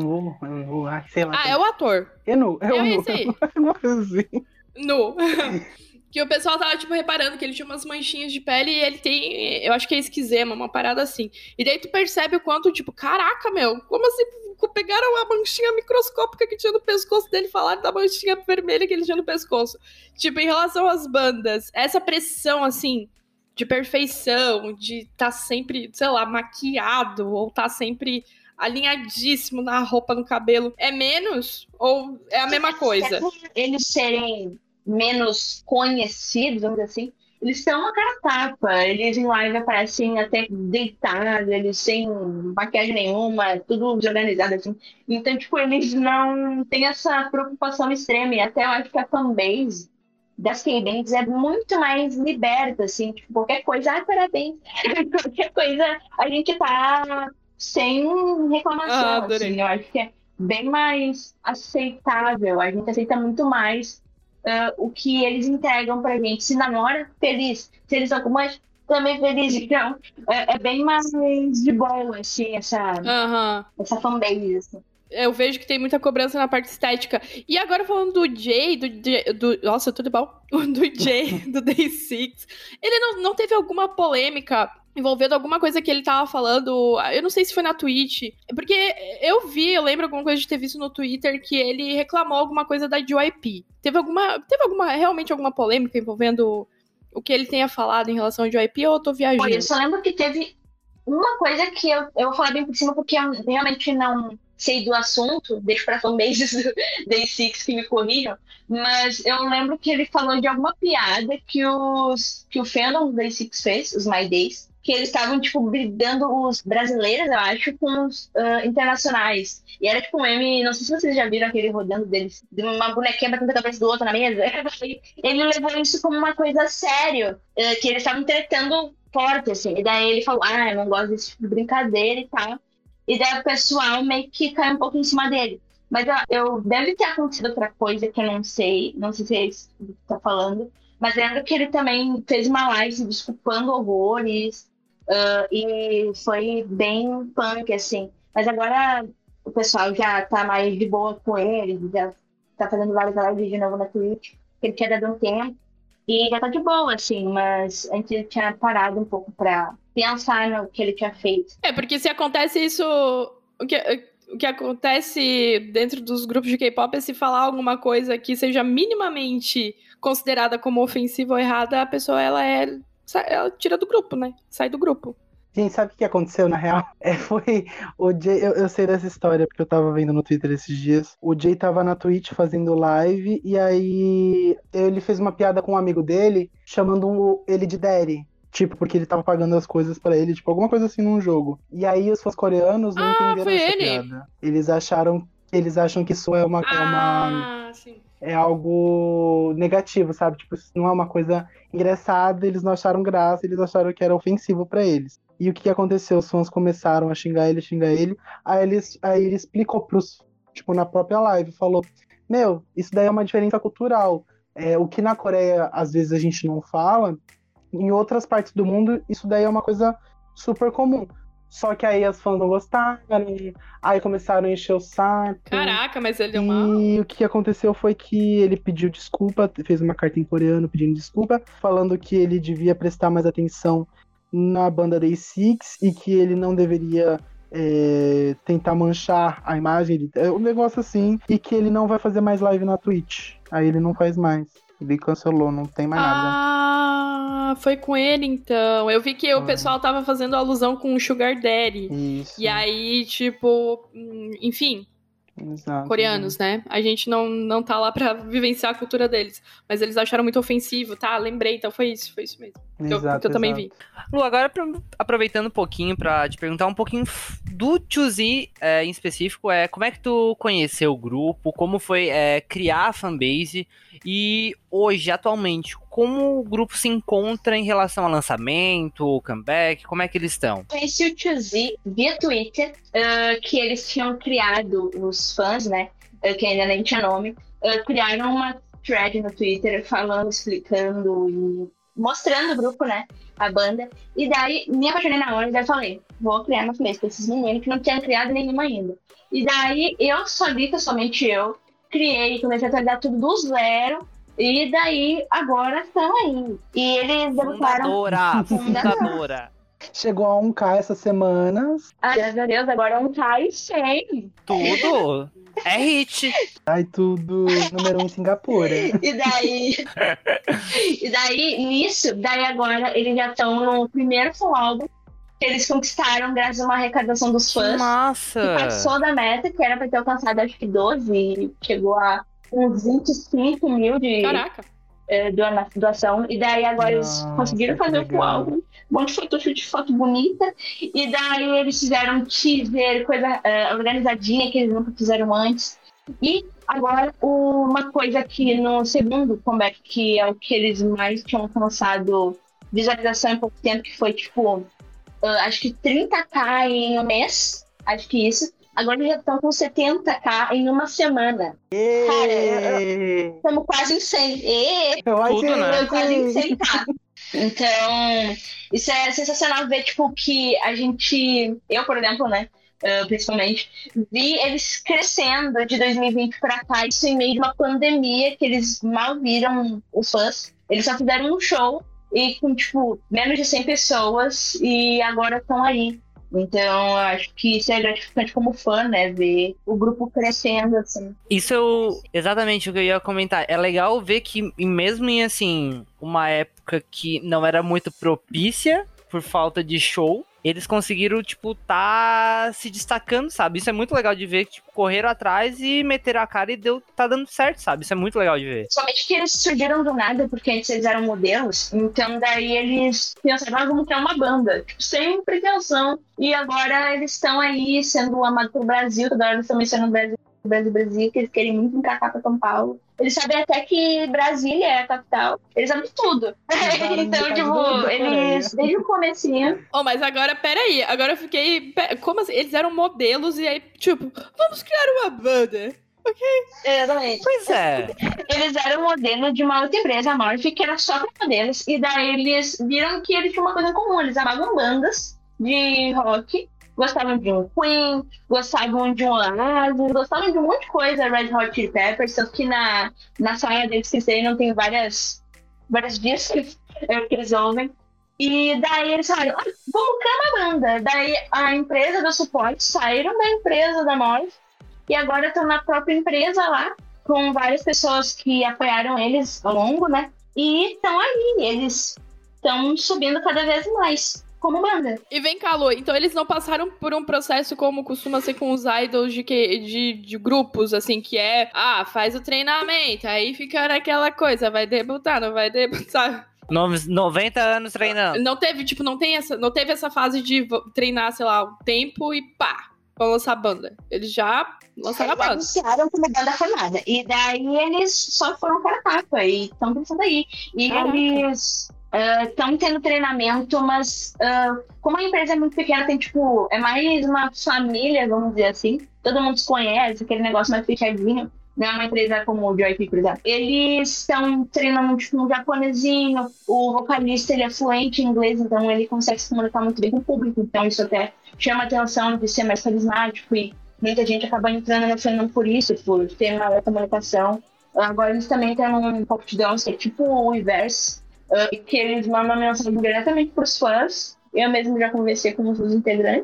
sei lá. É o ator. É Nu. Esse aí. Alguma coisa assim. Nu. Que o pessoal tava, tipo, reparando que ele tinha umas manchinhas de pele e ele tem, eu acho que é esquizema, uma parada assim. E daí tu percebe o quanto, tipo, caraca, meu, como assim pegaram a manchinha microscópica que tinha no pescoço dele e falaram da manchinha vermelha que ele tinha no pescoço. Tipo, em relação às bandas, essa pressão, assim, de perfeição, de tá sempre, sei lá, maquiado, ou tá sempre alinhadíssimo na roupa, no cabelo, é menos ou é a mesma coisa? Eles serem menos conhecidos, vamos dizer assim, eles são uma cara tapa. Eles em live aparecem até deitados, eles sem maquiagem nenhuma, tudo desorganizado assim. Então, tipo, eles não têm essa preocupação extrema. E até eu acho que a fanbase das K-Bands é muito mais liberta, assim, tipo, qualquer coisa, parabéns. Qualquer coisa, a gente tá sem reclamação, assim. Eu acho que é bem mais aceitável. A gente aceita muito mais o que eles entregam pra gente. Se namora, feliz. Se eles são como também feliz. Então, é bem mais de boa, assim, essa fanbase, assim. Eu vejo que tem muita cobrança na parte estética. E agora falando do Jay, nossa, tudo bom? Do Jay, do Day6, ele não teve alguma polêmica envolvendo alguma coisa que ele tava falando, eu não sei se foi na Twitch, porque eu lembro alguma coisa de ter visto no Twitter que ele reclamou alguma coisa da JYP. Teve realmente alguma polêmica envolvendo o que ele tenha falado em relação ao JYP, ou eu tô viajando? Eu só lembro que teve uma coisa que eu vou falar bem por cima, porque eu realmente não sei do assunto, deixo pra fanbases do Day6 que me corrijam, mas eu lembro que ele falou de alguma piada que o fandom do Day6 fez, os My Days, que eles estavam, tipo, brigando os brasileiros, eu acho, com os internacionais. E era, tipo, um meme, não sei se vocês já viram aquele rodando deles, de uma bonequinha batendo a cabeça do outro na mesa. Ele levou isso como uma coisa séria, que eles estavam tretando forte, assim. E daí ele falou, eu não gosto desse tipo de brincadeira e tal. E daí o pessoal meio que caiu um pouco em cima dele. Mas eu deve ter acontecido outra coisa que eu não sei se é isso que você tá falando. Mas lembro que ele também fez uma live desculpando horrores. E foi bem punk, assim. Mas agora o pessoal já tá mais de boa com ele, já tá fazendo várias lives de novo na Twitch, que ele tinha dado um tempo. E já tá de boa, assim, mas antes ele tinha parado um pouco pra pensar no que ele tinha feito. Porque se acontece isso... O que acontece dentro dos grupos de K-pop é se falar alguma coisa que seja minimamente considerada como ofensiva ou errada, a pessoa, ela tira do grupo, né? Sai do grupo. Gente, sabe o que aconteceu, na real? Foi o Jay, eu sei dessa história, porque eu tava vendo no Twitter esses dias. O Jay tava na Twitch fazendo live, e aí ele fez uma piada com um amigo dele, chamando ele de Daddy. Tipo, porque ele tava pagando as coisas pra ele, tipo, alguma coisa assim num jogo. E aí os fãs coreanos não entenderam essa piada. Eles acham que isso é algo negativo, sabe? Tipo, isso não é uma coisa engraçada, eles não acharam graça, eles acharam que era ofensivo pra eles. E o que aconteceu? Os fãs começaram a xingar ele, aí ele explicou tipo, na própria live, falou, isso daí é uma diferença cultural. O que na Coreia, às vezes, a gente não fala, em outras partes do mundo, isso daí é uma coisa super comum. Só que aí as fãs não gostaram, aí começaram a encher o saco. Caraca, mas ele deu mal. E o que aconteceu foi que ele pediu desculpa, fez uma carta em coreano pedindo desculpa, falando que ele devia prestar mais atenção na banda Day6 e que ele não deveria tentar manchar a imagem, um negócio assim, e que ele não vai fazer mais live na Twitch. Aí ele não faz mais. Ele cancelou, não tem mais nada. Ah, foi com ele então. Eu vi que o pessoal tava fazendo alusão com o Sugar Daddy. Isso. E aí, tipo, enfim, Exato, coreanos, né? A gente não tá lá pra vivenciar a cultura deles. Mas eles acharam muito ofensivo, tá? Lembrei, então foi isso mesmo. Exato, que eu também vi. Lu, agora aproveitando um pouquinho pra te perguntar um pouquinho do Choosy em específico, como é que tu conheceu o grupo, como foi criar a fanbase e hoje, atualmente, como o grupo se encontra em relação ao lançamento, comeback, como é que eles estão? Conheci o Choosy via Twitter, que eles tinham criado, os fãs, né, que ainda nem tinha nome, criaram uma thread no Twitter falando, explicando e mostrando o grupo, né, a banda. E daí, me apaixonei na hora e daí falei, vou criar uma fanbase pra esses meninos que não tinham criado nenhuma ainda. E daí, somente eu, criei, comecei a atualizar tudo do zero. E daí, agora estão aí. E eles debutaram... Fundadora. Chegou a 1K essas semanas. Graças a Deus, agora um tá e 100. Tudo é hit. Ai, tudo número 1 em Singapura. E daí agora, eles já estão no primeiro full álbum que eles conquistaram graças a uma arrecadação dos fãs. Nossa! Que passou da meta, que era pra ter alcançado acho que 12, e chegou a uns 25 mil de doação. E daí agora eles conseguiram fazer o full álbum. Um monte de photoshoot, foto bonita. E daí eles fizeram um teaser, coisa organizadinha que eles nunca fizeram antes. E agora uma coisa que no segundo comeback, que é o que eles mais tinham alcançado visualização em pouco tempo, que foi tipo, acho que 30k em um mês, acho que isso. Agora eles já estão com 70k em uma semana. Cara, estamos quase em 100. Quase em 100k. Então, isso é sensacional ver, tipo, que a gente... Eu, por exemplo, né, principalmente, vi eles crescendo de 2020 pra cá, isso em meio de uma pandemia, que eles mal viram os fãs. Eles só fizeram um show e com, tipo, menos de 100 pessoas e agora estão aí. Então, eu acho que isso é gratificante como fã, né? Ver o grupo crescendo, assim. Isso é exatamente o que eu ia comentar. É legal ver que, mesmo em, assim, uma época que não era muito propícia por falta de show, eles conseguiram, tipo, tá se destacando, sabe? Isso é muito legal de ver, que, tipo, correram atrás e meteram a cara e tá dando certo, sabe? Isso é muito legal de ver. Somente que eles surgiram do nada, porque antes eles eram modelos, então daí eles pensaram, vamos criar uma banda, tipo, sem pretensão. E agora eles estão aí sendo amados pelo Brasil, toda hora eles estão mencionando Brasil, que eles querem muito encaixar pra São Paulo. Eles sabem até que Brasília é a capital. Eles sabem tudo. Então, tipo, eles, desde o comecinho... Mas agora, peraí. Agora eu fiquei... Como assim? Eles eram modelos e aí, tipo, vamos criar uma banda. Ok? Exatamente. Pois é. Eles eram modelo de uma outra empresa, a Morphe, que era só pra modelos. E daí eles viram que eles tinham uma coisa em comum. Eles amavam bandas de rock. Gostavam de um Queen, gostavam de um Oasis, gostavam de um monte de coisa, Red Hot Chili Peppers, tanto que na saia deles que eles têm não tem várias discos que eles ouvem. E daí eles falaram, vamos criar uma banda. Daí a empresa do suporte saíram da empresa da Morphe e agora estão na própria empresa lá, com várias pessoas que apoiaram eles ao longo, né? E estão aí, eles estão subindo cada vez mais. Como banda. E vem cá, Lu, então eles não passaram por um processo como costuma ser com os idols de grupos, assim, que faz o treinamento, aí fica naquela coisa, vai debutar, não vai debutar. 90 anos treinando. Não teve, tipo, não teve essa fase de treinar, sei lá, um tempo e pá, vão lançar a banda. Eles já lançaram a banda. Eles iniciaram como banda formada. E daí eles só foram para a capa e estão pensando aí. E eles... estão tendo treinamento, mas como a empresa é muito pequena, tem tipo, é mais uma família, vamos dizer assim, todo mundo se conhece, aquele negócio mais fechadinho, não é uma empresa como o Joy, por exemplo. Eles estão treinando tipo um japonesinho, o vocalista ele é fluente em inglês, então ele consegue se comunicar muito bem com o público, então isso até chama atenção de ser mais carismático e muita gente acaba entrando no fandom por isso, por ter maior comunicação. Agora eles também têm um pouco de dance, que é tipo o Weverse, que eles mandam mensagem diretamente pros fãs. Eu mesmo já conversei com os integrantes.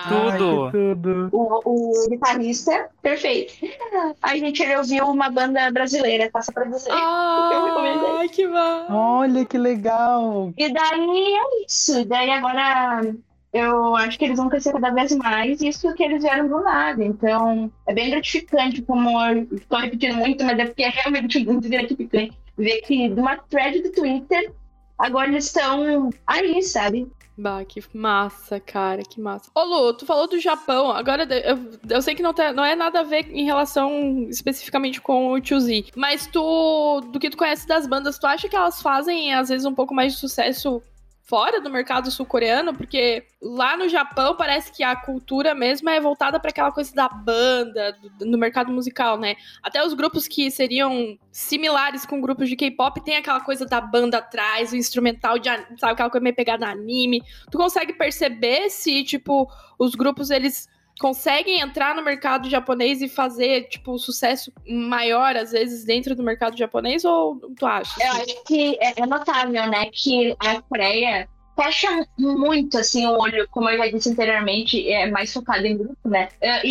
Tudo. O guitarrista, perfeito. A gente ouviu uma banda brasileira, passa pra dizer. Ai, que bom. Olha que legal. E daí é isso. E daí agora eu acho que eles vão crescer cada vez mais. Isso que eles vieram do nada. Então é bem gratificante, como eu estou repetindo muito, mas é porque é realmente muito gratificante ver que de uma thread do Twitter agora eles estão aí, sabe? Bah, que massa, cara, que massa. Ô, Lu, tu falou do Japão, agora eu sei que não é nada a ver em relação especificamente com o 2Z, mas do que tu conhece das bandas, tu acha que elas fazem, às vezes, um pouco mais de sucesso fora do mercado sul-coreano? Porque lá no Japão parece que a cultura mesmo é voltada para aquela coisa da banda, no mercado musical, né? Até os grupos que seriam similares com grupos de K-pop tem aquela coisa da banda atrás, o instrumental, sabe, aquela coisa meio pegada anime. Tu consegue perceber se, tipo, os grupos, eles conseguem entrar no mercado japonês e fazer, tipo, sucesso maior, às vezes, dentro do mercado japonês, ou tu acha? Eu acho que é notável, né, que a Coreia fecha muito, assim, o olho, como eu já disse anteriormente, é mais focado em grupo, né,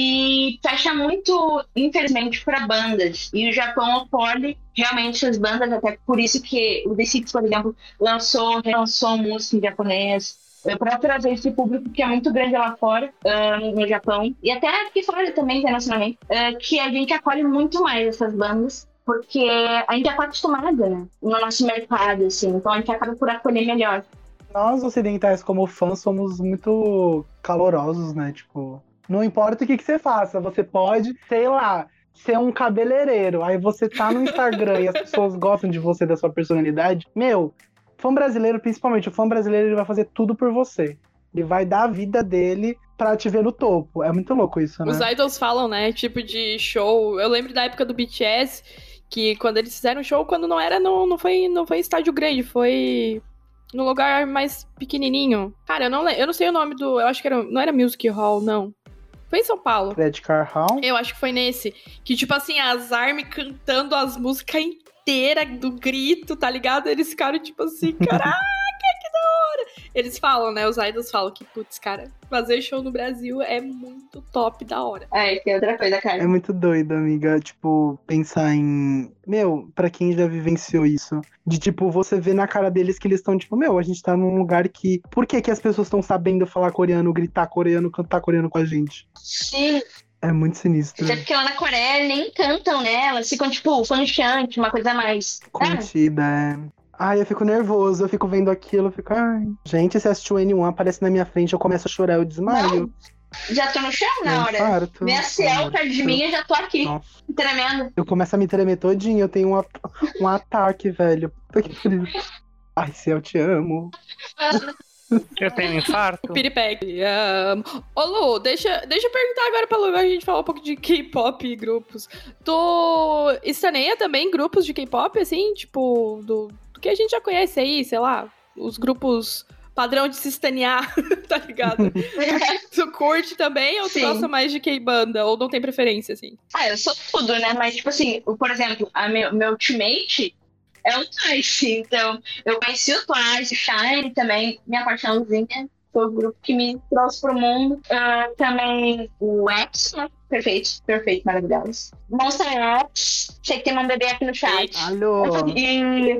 e fecha muito, infelizmente, para bandas, e o Japão acolhe realmente as bandas, até por isso que o The6, por exemplo, relançou música em japonês, para trazer esse público que é muito grande lá fora, no Japão, e até aqui fora também, internacionalmente, que a gente acolhe muito mais essas bandas, porque a gente já está acostumada, né, no nosso mercado, assim, então a gente acaba por acolher melhor. Nós ocidentais, como fãs, somos muito calorosos, né? Tipo, não importa o que você faça, você pode, sei lá, ser um cabeleireiro, aí você tá no Instagram e as pessoas gostam de você, da sua personalidade, meu... Fã brasileiro, principalmente, o fã brasileiro, ele vai fazer tudo por você. Ele vai dar a vida dele pra te ver no topo. É muito louco isso, né? Os idols falam, né? Tipo de show. Eu lembro da época do BTS, que quando eles fizeram show, quando não foi em estádio grande, foi no lugar mais pequenininho. Cara, eu não sei o nome do... Eu acho que não era Music Hall, não. Foi em São Paulo. Red Car Hall? Eu acho que foi nesse. Que, tipo assim, as ARMY cantando as músicas inteira do grito, tá ligado? Eles ficaram tipo assim, caraca, que da hora! Eles falam, né? Os idols falam que, putz, cara, fazer show no Brasil é muito top, da hora. Tem outra coisa, cara. É muito doido, amiga. Tipo, pensar em... Meu, pra quem já vivenciou isso. De, tipo, você vê na cara deles que eles estão, tipo, meu, a gente tá num lugar que... Por que as pessoas estão sabendo falar coreano, gritar coreano, cantar coreano com a gente? Sim. É muito sinistro. Até porque lá na Coreia nem cantam, né? Elas ficam, tipo, fanchante, uma coisa mais... Contida, é. Ai, eu fico nervoso, eu fico vendo aquilo, eu fico... Ai. Gente, se a S2N1 aparece na minha frente, eu começo a chorar, eu desmaio. Não, já tô no chão na hora. Infarto. Vem a Ciel perto de mim e já tô aqui, Nossa. tremendo. Eu começo a me tremer todinho, eu tenho um ataque, velho. Puta que pariu. Ai, Ciel, te amo. Eu tenho infarto. Piripaque. Ô, Lu, deixa eu perguntar agora pra Lu, a gente falar um pouco de K-pop e grupos. Tu estaneia também grupos de K-pop, assim, tipo, do que a gente já conhece aí, sei lá, os grupos padrão de se estanear, tá ligado? Tu curte também ou tu gosta mais de K-banda? Ou não tem preferência, assim? Eu sou tudo, né? Mas, tipo assim, por exemplo, meu ultimate é o Twice. Então, eu conheci o Twice, o Shine também, minha paixãozinha. Foi o grupo que me trouxe pro mundo. Também o X, né? Perfeito, maravilhoso. Monster X, sei que tem um bebê aqui no chat. Alô! E...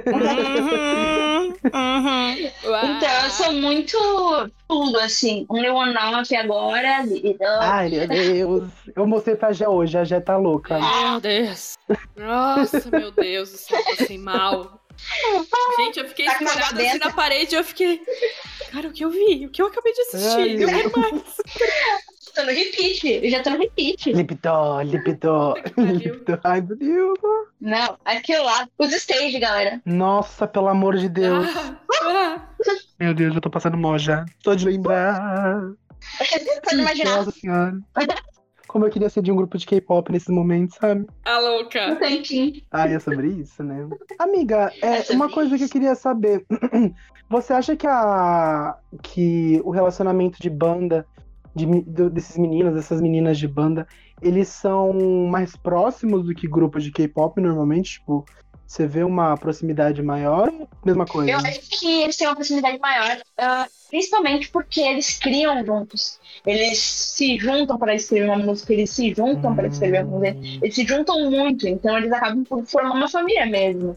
Então, eu sou muito tudo, assim. Um Leon 9 agora. Ai, meu Deus. Eu mostrei pra Gé hoje, a Gé tá louca. Meu Deus. Nossa, meu Deus do céu, passei mal. Gente, eu fiquei escorada assim na parede, eu fiquei... Cara, o que eu vi? O que eu acabei de assistir? Eu quero mais. Tô no repeat, eu já tô no repeat. Lipidó. Ai, meu Deus. Não, aquilo lá, os stage, galera. Nossa, pelo amor de Deus. Meu Deus, eu tô passando mal já. Só de lembrar. Pode imaginar. Nossa senhora. Como eu queria ser de um grupo de K-pop nesses momentos, sabe? A louca. É sobre isso, né? Amiga, uma coisa que eu queria saber. Você acha que o relacionamento de banda desses meninos, dessas meninas de banda, eles são mais próximos do que grupos de K-pop normalmente? Tipo, você vê uma proximidade maior ou mesma coisa? Eu acho que eles têm uma proximidade maior, principalmente porque eles criam juntos. Eles se juntam para escrever uma música, eles se juntam para escrever uma música. Eles se juntam muito, então eles acabam por formar uma família mesmo.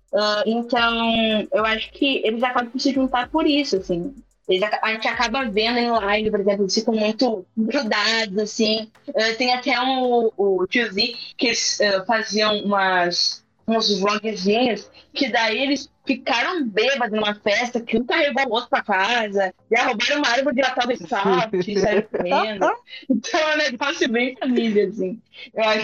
Então, eu acho que eles acabam por se juntar por isso, assim. A gente acaba vendo em live, por exemplo, eles ficam muito grudados, assim. Tem até o Tio Z, que eles faziam uns vlogzinhos, que daí eles ficaram bêbados numa festa, que um carregou o outro pra casa, já roubaram uma árvore de Natal do Soft, e saíram comendo. Então é um negócio bem família, assim. Eu acho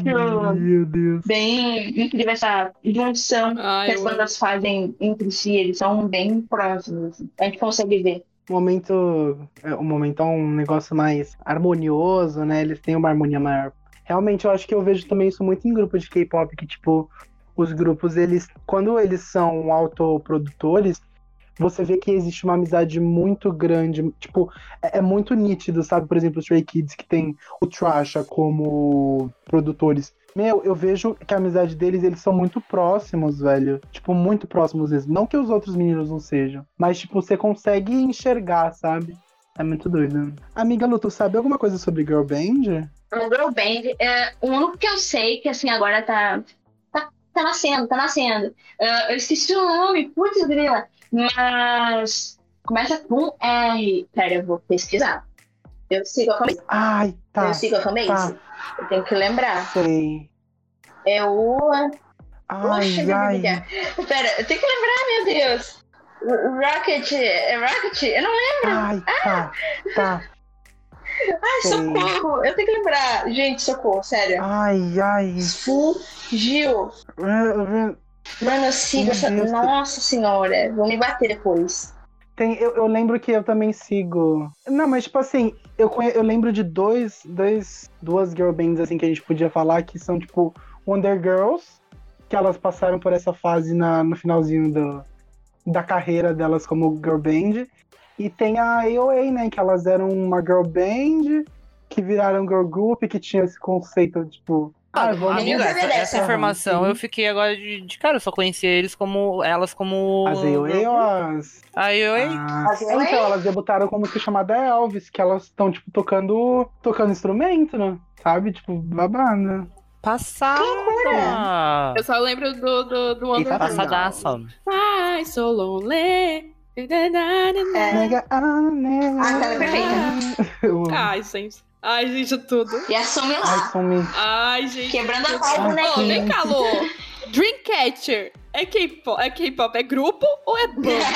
bem incrível essa junção que as bandas fazem entre si, eles são bem próximos, assim. A gente consegue ver. O momento é um negócio mais harmonioso, né? Eles têm uma harmonia maior. Realmente, eu acho que eu vejo também isso muito em grupos de K-pop, que, tipo, os grupos, quando eles são autoprodutores, você vê que existe uma amizade muito grande. Tipo, é muito nítido, sabe? Por exemplo, os Stray Kids, que tem o Trasha como produtores. Eu vejo que a amizade deles, eles são muito próximos, velho. Tipo, muito próximos mesmo. Não que os outros meninos não sejam, mas, tipo, você consegue enxergar, sabe? É muito doido. Amiga Lu, tu sabe alguma coisa sobre Girl Band? O Girl Band, o único que eu sei, que, assim, agora tá nascendo. Eu esqueci o nome, putz grila. Mas começa com R. Pera, eu vou pesquisar. Eu sigo a fanbase. Ai, tá. Eu sigo a fanbase. Tá. Eu tenho que lembrar. Sei. É o... Ai. Pera, eu tenho que lembrar, meu Deus. Rocket. É Rocket? Eu não lembro. Ai, tá. Ai, sei. Socorro. Eu tenho que lembrar. Gente, socorro, sério. Ai. Fugiu. Mano, eu sigo essa... Nossa senhora. Vou me bater depois. Eu lembro que eu também sigo... Não, mas tipo assim, eu lembro de duas girl bands assim que a gente podia falar, que são tipo Wonder Girls, que elas passaram por essa fase no finalzinho da carreira delas como girl band. E tem a AOA, né, que elas eram uma girl band, que viraram girl group, que tinha esse conceito, tipo... Amigo, essa informação eu fiquei agora de cara, eu só conhecia elas como... As AOA ou as... A AOA? Então, elas debutaram com uma música chamada Elvis, que elas estão, tipo, tocando instrumento, né? Sabe? Tipo, babando. Passada! Eu só lembro do Wonder Passadaça. Ai, so lonely. Tá perfeita. Ai, gente, tudo. E assume lá. Ai, gente. Quebrando a pau, né? Vem cá, Lô. Dreamcatcher é K-pop, é grupo ou é banda?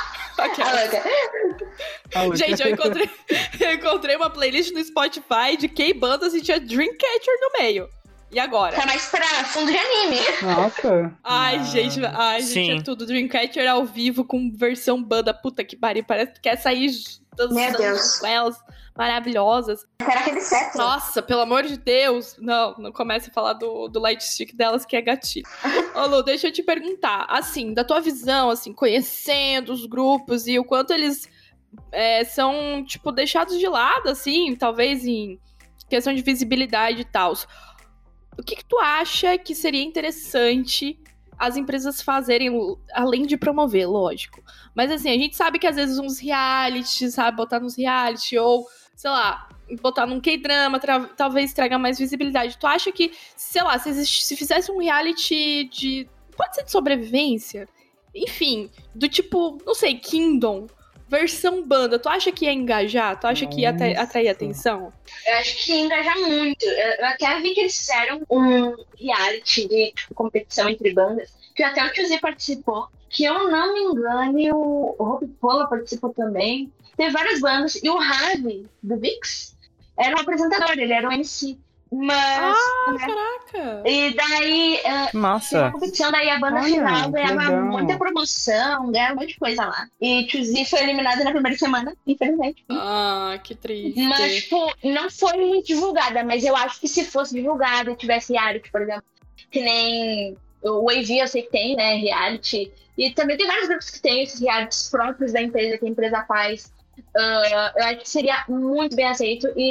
Gente, eu encontrei uma playlist no Spotify de K-bandas e tinha Dreamcatcher no meio. E agora? Tá mais pra fundo de anime. Nossa. Ai, gente, é tudo. Dreamcatcher ao vivo com versão banda. Puta que pariu, parece que quer sair dançando com elas. Maravilhosas. Será que eles certo? Nossa, pelo amor de Deus. Não comece a falar do light stick delas, que é gatilho. Ô, Lu, deixa eu te perguntar. Assim, da tua visão, assim, conhecendo os grupos e o quanto eles são, tipo, deixados de lado, assim, talvez em questão de visibilidade e tal. O que tu acha que seria interessante as empresas fazerem, além de promover, lógico. Mas assim, a gente sabe que às vezes uns reality, sabe, botar nos reality ou, sei lá, botar num K-drama, talvez traga mais visibilidade. Tu acha que, sei lá, se fizesse um reality pode ser de sobrevivência? Enfim, do tipo, não sei, Kingdom, versão banda, tu acha que ia engajar? Tu acha que ia atrair atenção? Eu acho que ia engajar muito. Eu até vi que eles fizeram um reality de competição entre bandas, que até o Tio Z participou, que eu não me engane, o Hope Pola participou também. Teve várias bandas, e o Ravi, do VIX, era um apresentador, ele era um MC. Mas. Caraca! E daí. Nossa! A competição, daí a banda final ganhava muita promoção, ganhava um monte de coisa lá. E Tio Z foi eliminada na primeira semana, infelizmente. Que triste. Mas, tipo, não foi muito divulgada, mas eu acho que se fosse divulgada, tivesse reality, por exemplo, que nem o AV, eu sei que tem, né? Reality. E também tem vários grupos que tem esses realities próprios da empresa, que a empresa faz. eu acho que seria muito bem aceito. E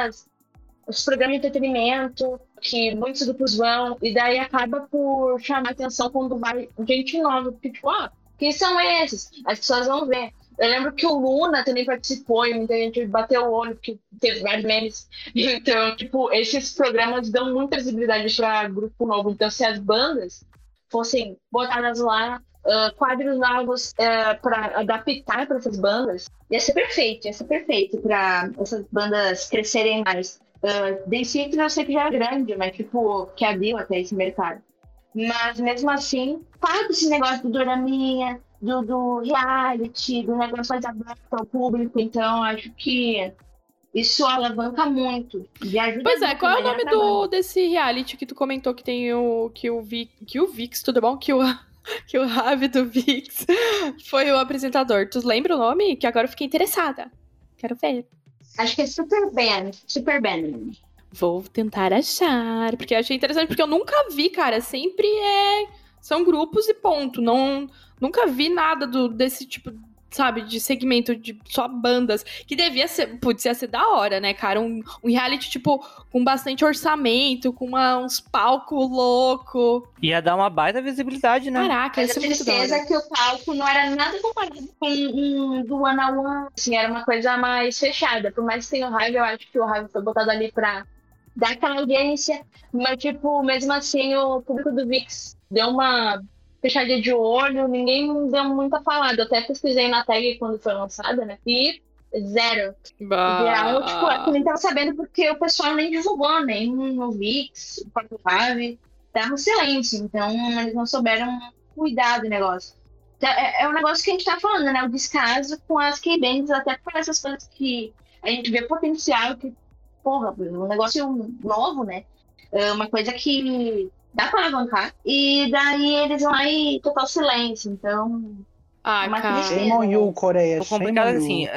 os programas de entretenimento que muitos grupos vão, e daí acaba por chamar atenção quando vai gente nova, porque tipo, quem são esses? As pessoas vão ver. Eu lembro que o Luna também participou e muita gente bateu o olho, porque teve vários memes. Então, tipo, esses programas dão muita visibilidade para grupo novo. Então, se as bandas fossem botadas lá, quadros novos para adaptar para essas bandas, ia ser perfeito para essas bandas crescerem mais. Day Six eu sei que já é grande, mas tipo, que abriu até esse mercado. Mas mesmo assim, para esse negócio do doraminha, do reality, do negócio mais aberto ao público, então acho que isso alavanca muito. E ajuda. Pois é, qual é o nome desse reality que tu comentou que tem o Vix, tudo bom? Que o Ravi do Vix foi o apresentador. Tu lembra o nome? Que agora eu fiquei interessada. Quero ver. Acho que é Super Band. Vou tentar achar, porque eu achei interessante, porque eu nunca vi, cara, sempre são grupos e ponto, nunca vi nada desse tipo, sabe, de segmento de só bandas, que devia ser, podia ser da hora, né, cara, um reality, tipo, com bastante orçamento, com uns palcos loucos. Ia dar uma baita visibilidade, né? Caraca, isso é muito da hora. Mas a tristeza é que o palco não era nada comparado com do One on One, assim, era uma coisa mais fechada, por mais que tenha o Raiva, eu acho que o Raiva foi botado ali pra dar aquela audiência, mas, tipo, mesmo assim, o público do Vix deu uma fechadinha de olho, ninguém deu muita falada. Eu até pesquisei na tag quando foi lançada, né? E zero. Geral, tipo, eu nem tava sabendo porque o pessoal nem divulgou, nem no Vix, o próprio Rave, tava no silêncio, então eles não souberam cuidar do negócio. Então, é um negócio que a gente tá falando, né? O descaso com as K-Bands, até por essas coisas que a gente vê potencial, que porra, um negócio novo, né? Uma coisa que dá pra alavancar. E daí eles vão lá e total silêncio. Então, uma tristeza. Shame Coreia. O complicado é assim,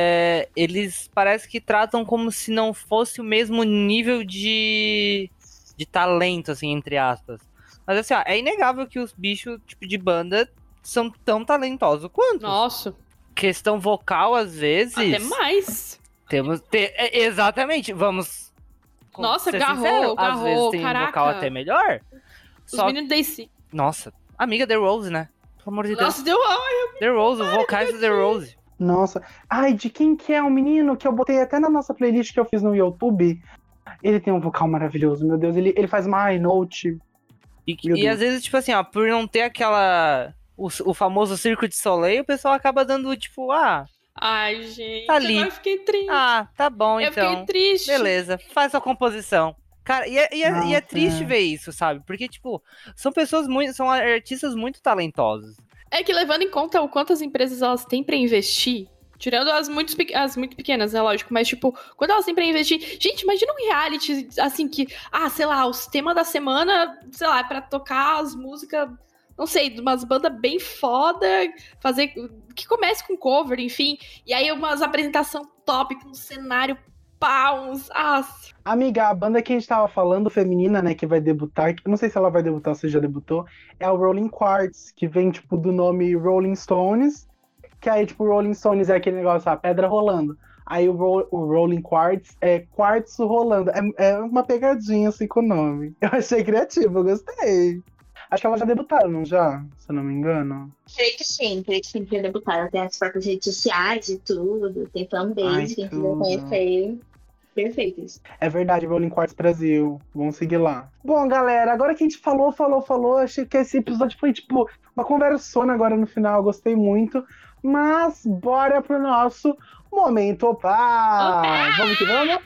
eles parece que tratam como se não fosse o mesmo nível de talento, assim, entre aspas. Mas assim, é inegável que os bichos, tipo, de banda são tão talentosos quanto. Nossa. Questão vocal, às vezes... Até mais. Exatamente, vamos... Nossa, garrou, às vezes tem caraca. Um vocal até melhor. Os meninos da AC. Nossa, amiga The Rose, né? Pelo amor de Deus. Nossa, deu... The Rose, o vocais do The Rose. Nossa. Ai, de quem que é o menino que eu botei até na nossa playlist que eu fiz no YouTube? Ele tem um vocal maravilhoso, meu Deus. Ele faz uma high note. E às vezes, tipo assim, por não ter aquela... O famoso Circo de Soleil, o pessoal acaba dando, tipo, Ai, gente, tá ali. Eu fiquei triste. Tá bom, eu então. Eu fiquei triste. Beleza, faz sua composição. Cara, e é triste ver isso, sabe? Porque, tipo, são artistas muito talentosos. É que levando em conta o quanto as empresas elas têm pra investir, tirando as muito pequenas, é lógico, mas, tipo, quando elas têm pra investir... Gente, imagina um reality, assim, que, sei lá, os temas da semana, sei lá, é pra tocar as músicas... Não sei, de umas bandas bem foda, fazer... Que comece com cover, enfim. E aí umas apresentação top, com um cenário uns... Amiga, a banda que a gente tava falando, feminina, né, que vai debutar, que não sei se ela vai debutar, se já debutou, é o Rolling Quartz, que vem, tipo, do nome Rolling Stones, que aí, tipo, Rolling Stones é aquele negócio, pedra rolando. Aí o Rolling Quartz é quartzo rolando. É uma pegadinha, assim, com o nome. Eu achei criativo, eu gostei. Acho que elas já debutaram, não já? Se eu não me engano. Creio que sim, já debutaram. Tem as próprias redes sociais e tudo. Tem fanbase, quem quiser conhecer. Perfeito isso. É verdade, Rolling Quartz Brasil. Vamos seguir lá. Bom, galera, agora que a gente falou, achei que esse episódio foi, tipo, uma conversona agora no final. Gostei muito. Mas bora pro nosso momento Opa! Vamos que vamos?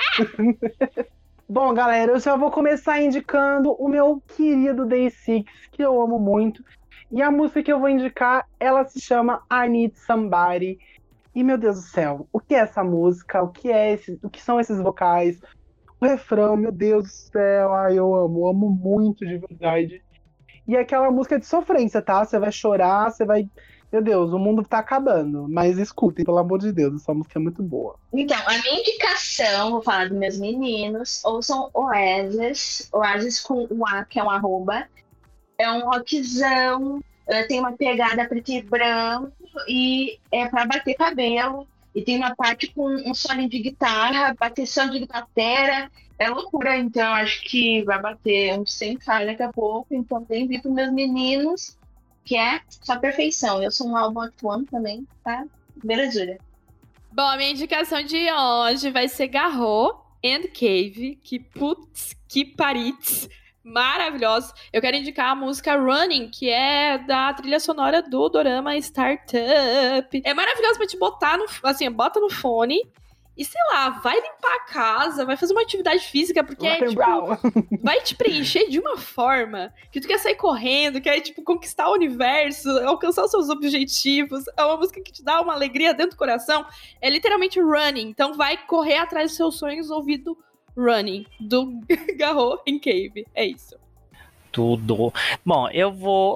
Bom, galera, eu já vou começar indicando o meu querido Day Six, que eu amo muito. E a música que eu vou indicar, ela se chama I Need Somebody. E, meu Deus do céu, o que é essa música? O que são esses vocais? O refrão, meu Deus do céu, eu amo muito de verdade. E é aquela música de sofrência, tá? Você vai chorar, você vai... Meu Deus, o mundo tá acabando. Mas escutem, pelo amor de Deus, essa música é muito boa. Então, a minha indicação, vou falar dos meus meninos, ouçam Oasis com o A, que é um arroba. É um rockzão, tem uma pegada preto e branco, e é pra bater cabelo. E tem uma parte com um solo de guitarra, bateção de batera. É loucura, então acho que vai bater uns 100k daqui a pouco. Então tem vir para meus meninos, que é só perfeição. Eu sou um álbum atuando também, tá? Belezura. Bom, a minha indicação de hoje vai ser Garou and Cave, que putz, que paritz, maravilhoso. Eu quero indicar a música Running, que é da trilha sonora do dorama Startup. É maravilhoso pra te botar bota no fone e, sei lá, vai limpar a casa, vai fazer uma atividade física, porque vai te preencher de uma forma que tu quer sair correndo, quer, conquistar o universo, alcançar os seus objetivos. É uma música que te dá uma alegria dentro do coração. É literalmente running. Então vai correr atrás dos seus sonhos ouvindo Running, do Garou and Cave. É isso. Tudo. Bom, eu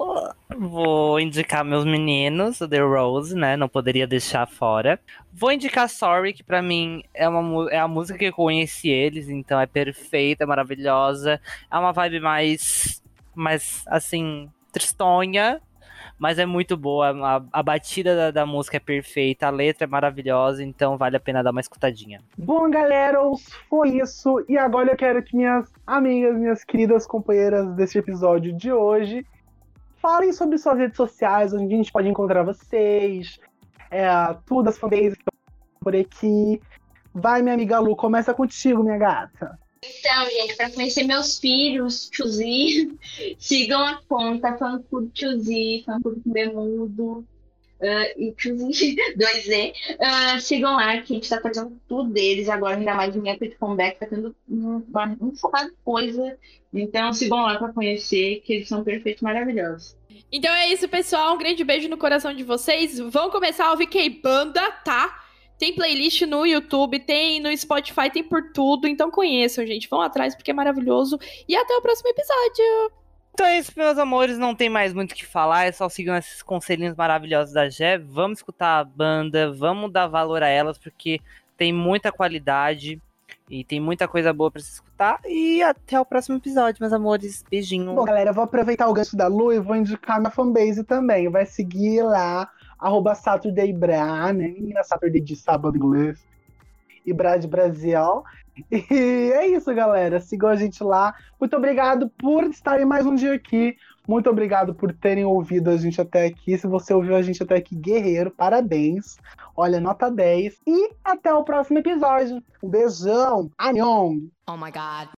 vou indicar meus meninos, o The Rose, né? Não poderia deixar fora. Vou indicar Sorry, que pra mim é a música que eu conheci eles, então é perfeita, é maravilhosa. É uma vibe mais assim, tristonha, mas é muito boa. A batida da música é perfeita, a letra é maravilhosa, então vale a pena dar uma escutadinha. Bom, galera, foi isso. E agora eu quero que minhas amigas, minhas queridas companheiras desse episódio de hoje falem sobre suas redes sociais, onde a gente pode encontrar vocês, tudo, as fanbases que estão por aqui. Vai, minha amiga Lu, começa contigo, minha gata. Então, gente, para conhecer meus filhos, Tchuzi, sigam a conta Fanclube Tchuzi, Fanclube com Bemudo e Tchuzi 2Z. Sigam lá, que a gente tá fazendo tudo deles agora, ainda mais em época de comeback, tá tendo um bocado de coisa. Então, sigam lá para conhecer, que eles são perfeitos, maravilhosos. Então é isso, pessoal. Um grande beijo no coração de vocês. Vão começar a ouvir K-Banda, tá? Tem playlist no YouTube, tem no Spotify, tem por tudo. Então conheçam, gente. Vão atrás porque é maravilhoso. E até o próximo episódio. Então é isso, meus amores. Não tem mais muito o que falar. É só seguir esses conselhinhos maravilhosos da Gé. Vamos escutar a banda. Vamos dar valor a elas, porque tem muita qualidade. E tem muita coisa boa pra se escutar. E até o próximo episódio, meus amores. Beijinho. Bom, galera, eu vou aproveitar o gancho da Lu e vou indicar minha fanbase também. Vai seguir lá, @SaturdayBra, né? Menina Saturday de sábado em inglês. E Bra de Brasil. E é isso, galera. Sigam a gente lá. Muito obrigado por estarem mais um dia aqui. Muito obrigado por terem ouvido a gente até aqui. Se você ouviu a gente até aqui, guerreiro, parabéns. Olha, nota 10. E até o próximo episódio. Um beijão. Annyeong. Oh my God.